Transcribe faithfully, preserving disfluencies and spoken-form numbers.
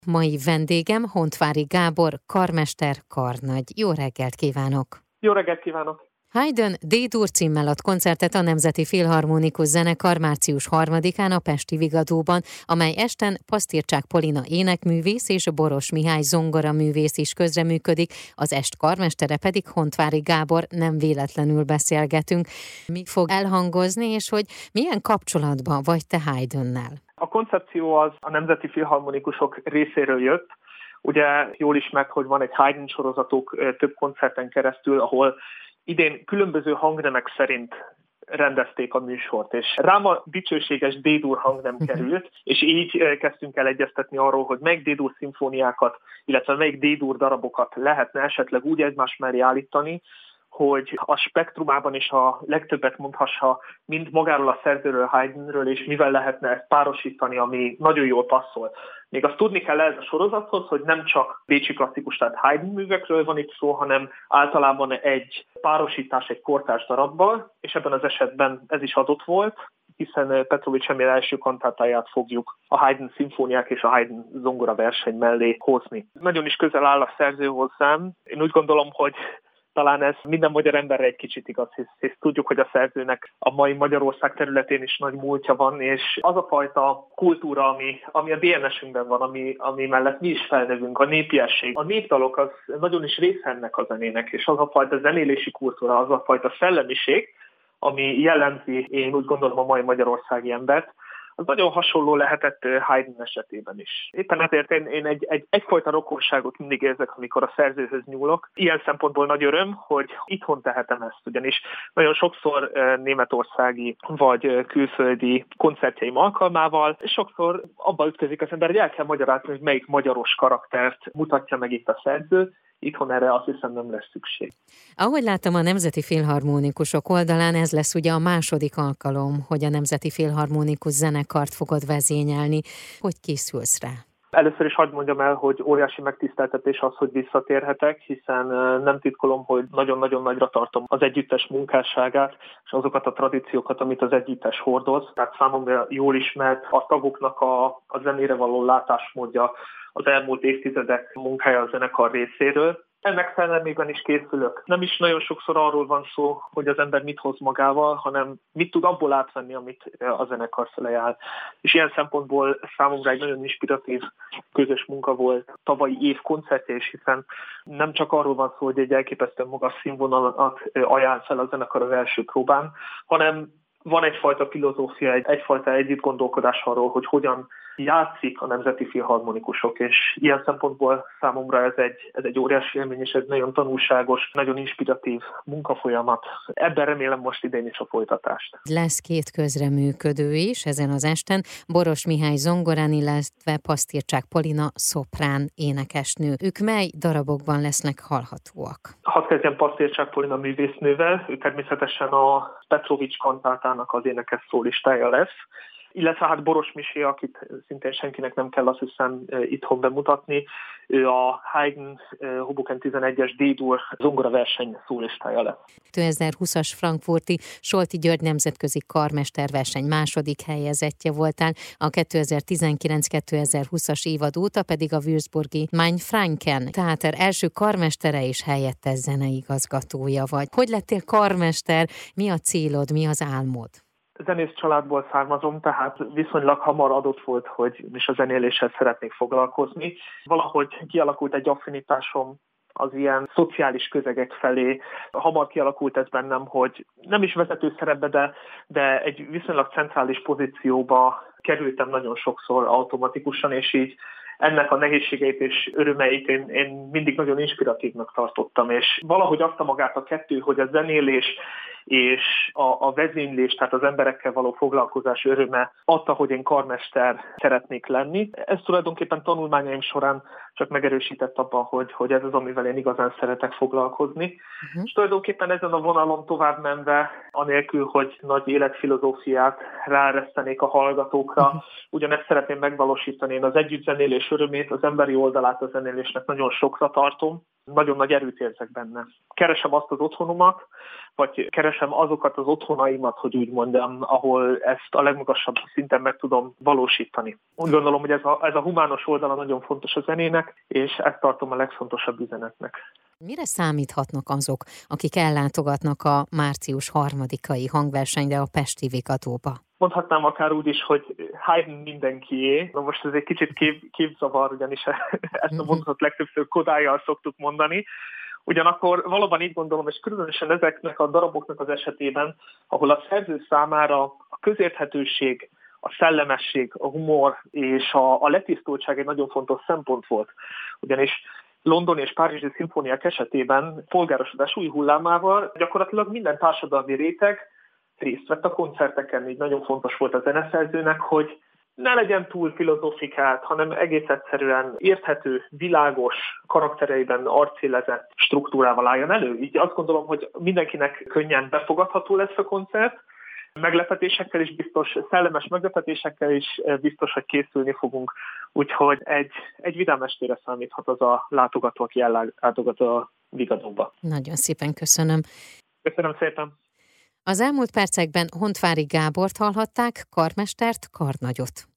Mai vendégem Hontváry Gábor, karmester, karnagy. Jó reggelt kívánok! Jó reggelt kívánok! Haydn D-dur címmel ad koncertet a Nemzeti Filharmonikus Zenekar március harmadikán a Pesti Vigadóban, amely esten Pasztircsák Polina énekművész és Boros Mihály zongoraművész is közreműködik, az est karmestere pedig Hontváry Gábor. Nem véletlenül beszélgetünk. Mi fog elhangozni, és hogy milyen kapcsolatban vagy te Haydnnel? A koncepció az a Nemzeti Filharmonikusok részéről jött. Ugye jól ismert, hogy van egy Haydn sorozatuk több koncerten keresztül, ahol idén különböző hangnemek szerint rendezték a műsort, és rám a dicsőséges D-dur hangnem került, és így kezdtünk el egyeztetni arról, hogy melyik D-dur szimfóniákat, illetve melyik D-dur darabokat lehetne esetleg úgy egymás mellé állítani, hogy a spektrumában is a legtöbbet mondhassa mind magáról a szerzőről, Haydnről, és mivel lehetne ezt párosítani, ami nagyon jól passzol. Még azt tudni kell ez a sorozathoz, hogy nem csak bécsi klasszikus, tehát Haydn művekről van itt szó, hanem általában egy párosítás egy kortárs darabbal, és ebben az esetben ez is adott volt, hiszen Petrovics Emil első kantátáját fogjuk a Haydn szimfóniák és a Haydn zongora verseny mellé hozni. Nagyon is közel áll a szerző hozzám. Én úgy gondolom, hogy talán ez minden magyar emberre egy kicsit igaz, hisz, hisz tudjuk, hogy a szerzőnek a mai Magyarország területén is nagy múltja van, és az a fajta kultúra, ami, ami a dé en es-ünkben van, ami, ami mellett mi is felnövünk, a népiesség. A népdalok az nagyon is része ennek a zenének, és az a fajta zenélési kultúra, az a fajta szellemiség, ami jellemzi, én úgy gondolom, a mai magyarországi embert, az nagyon hasonló lehetett Haydn esetében is. Éppen ezért én, én egy, egy, egyfajta rokonságot mindig érzek, amikor a szerzőhöz nyúlok. Ilyen szempontból nagy öröm, hogy itthon tehetem ezt, ugyanis nagyon sokszor németországi vagy külföldi koncertjeim alkalmával, és sokszor abba ütközik az ember, hogy el kell magyarázni, hogy melyik magyaros karaktert mutatja meg itt a szerző. Itthon erre azt hiszem nem lesz szükség. Ahogy láttam a Nemzeti Filharmonikusok oldalán, ez lesz ugye a második alkalom, hogy a Nemzeti Filharmonikus Zenekart fogod vezényelni. Hogy készülsz rá? Először is hadd mondjam el, hogy óriási megtiszteltetés az, hogy visszatérhetek, hiszen nem titkolom, hogy nagyon-nagyon nagyra tartom az együttes munkásságát, és azokat a tradíciókat, amit az együttes hordoz. Tehát számomra jól ismert a tagoknak a, a zenére való látásmódja, az elmúlt évtizedek munkája a zenekar részéről. Ennek szellemében is készülök. Nem is nagyon sokszor arról van szó, hogy az ember mit hoz magával, hanem mit tud abból átvenni, amit a zenekar felé áll. És ilyen szempontból számomra egy nagyon inspiratív közös munka volt tavalyi év koncertje is, hiszen nem csak arról van szó, hogy egy elképesztően magas színvonalat ajánl fel a zenekar az első próbán, hanem van egyfajta filozófia, egy, egyfajta együttgondolkodás arról, hogy hogyan játszik a Nemzeti Filharmonikusok, és ilyen szempontból számomra ez egy, ez egy óriási élmény, és ez nagyon tanulságos, nagyon inspiratív munkafolyamat. Ebben remélem most idén is a folytatást. Lesz két közreműködő is ezen az esten, Boros Mihály zongorán, illetve Pasztircsák Polina szoprán énekesnő. Ők mely darabokban lesznek hallhatóak? Hadd kezdjem Pasztircsák Polina művésznővel, ő természetesen a Petrovics kantátának az énekes szólistája lesz, illetve hát Boros Misi, akit szintén senkinek nem kell azt hiszem itthon bemutatni, ő a Haydn Hoboken tizenegyes D-dur zongoraverseny szólistája lesz. kétezer-húszas frankfurti Solti György nemzetközi karmesterverseny második helyezettje voltál, a kétezer-tizenkilenc kétezer-húszas évad óta pedig a würzburgi Mein Franken teáter első karmestere és helyettes zeneigazgatója vagy. Hogy lettél karmester? Mi a célod, mi az álmod? Zenész családból származom, tehát viszonylag hamar adott volt, hogy is a zenéléssel szeretnék foglalkozni. Valahogy kialakult egy affinitásom az ilyen szociális közegek felé. Hamar kialakult ez bennem, hogy nem is vezető szerepbe, de, de egy viszonylag centrális pozícióba kerültem nagyon sokszor automatikusan, és így ennek a nehézségeit és örömeit én, én mindig nagyon inspiratívnak tartottam, és valahogy adta magát a kettő, hogy a zenélés és a, a vezénylés, tehát az emberekkel való foglalkozás öröme adta, hogy én karmester szeretnék lenni. Ez tulajdonképpen tanulmányaim során csak megerősített abban, hogy, hogy ez az, amivel én igazán szeretek foglalkozni. Uh-huh. És tulajdonképpen ezen a vonalon tovább menve, anélkül, hogy nagy életfilozófiát ráeresztenék a hallgatókra, számukra. Ugyanezt szeretném megvalósítani. Én az együttzenélés örömét, az emberi oldalát a zenélésnek nagyon sokra tartom. Nagyon nagy erőt érzek benne. Keresem azt az otthonomat, vagy keresem azokat az otthonaimat, hogy úgy mondjam, ahol ezt a legmagasabb szinten meg tudom valósítani. Úgy gondolom, hogy ez a, ez a humános oldala nagyon fontos a zenének, és ezt tartom a legfontosabb üzenetnek. Mire számíthatnak azok, akik ellátogatnak a március harmadikai hangversenyre a Pesti Vigadóba? Mondhatnám akár úgy is, hogy Haydn mindenkié. Na most ez egy kicsit kép, képzavar, ugyanis ezt a mondatot legtöbbször Kodályjal szoktuk mondani. Ugyanakkor valóban így gondolom, és különösen ezeknek a daraboknak az esetében, ahol a szerző számára a közérthetőség, a szellemesség, a humor és a, a letisztultság egy nagyon fontos szempont volt. Ugyanis London és Párizsi szimfóniák esetében polgárosodás új hullámával gyakorlatilag minden társadalmi réteg részt vett a koncerteken. Így nagyon fontos volt a zeneszerzőnek, hogy ne legyen túl filozofikált, hanem egész egyszerűen érthető, világos, karaktereiben arcélezett struktúrával álljon elő. Így azt gondolom, hogy mindenkinek könnyen befogadható lesz a koncert, meglepetésekkel is biztos, szellemes meglepetésekkel is biztos, hogy készülni fogunk, úgyhogy egy, egy vidám estére számíthat az a látogató, aki ellátogat a Vigadóba. Nagyon szépen köszönöm. Köszönöm szépen. Az elmúlt percekben Hontváryi Gábort hallhatták, karmestert, karnagyot.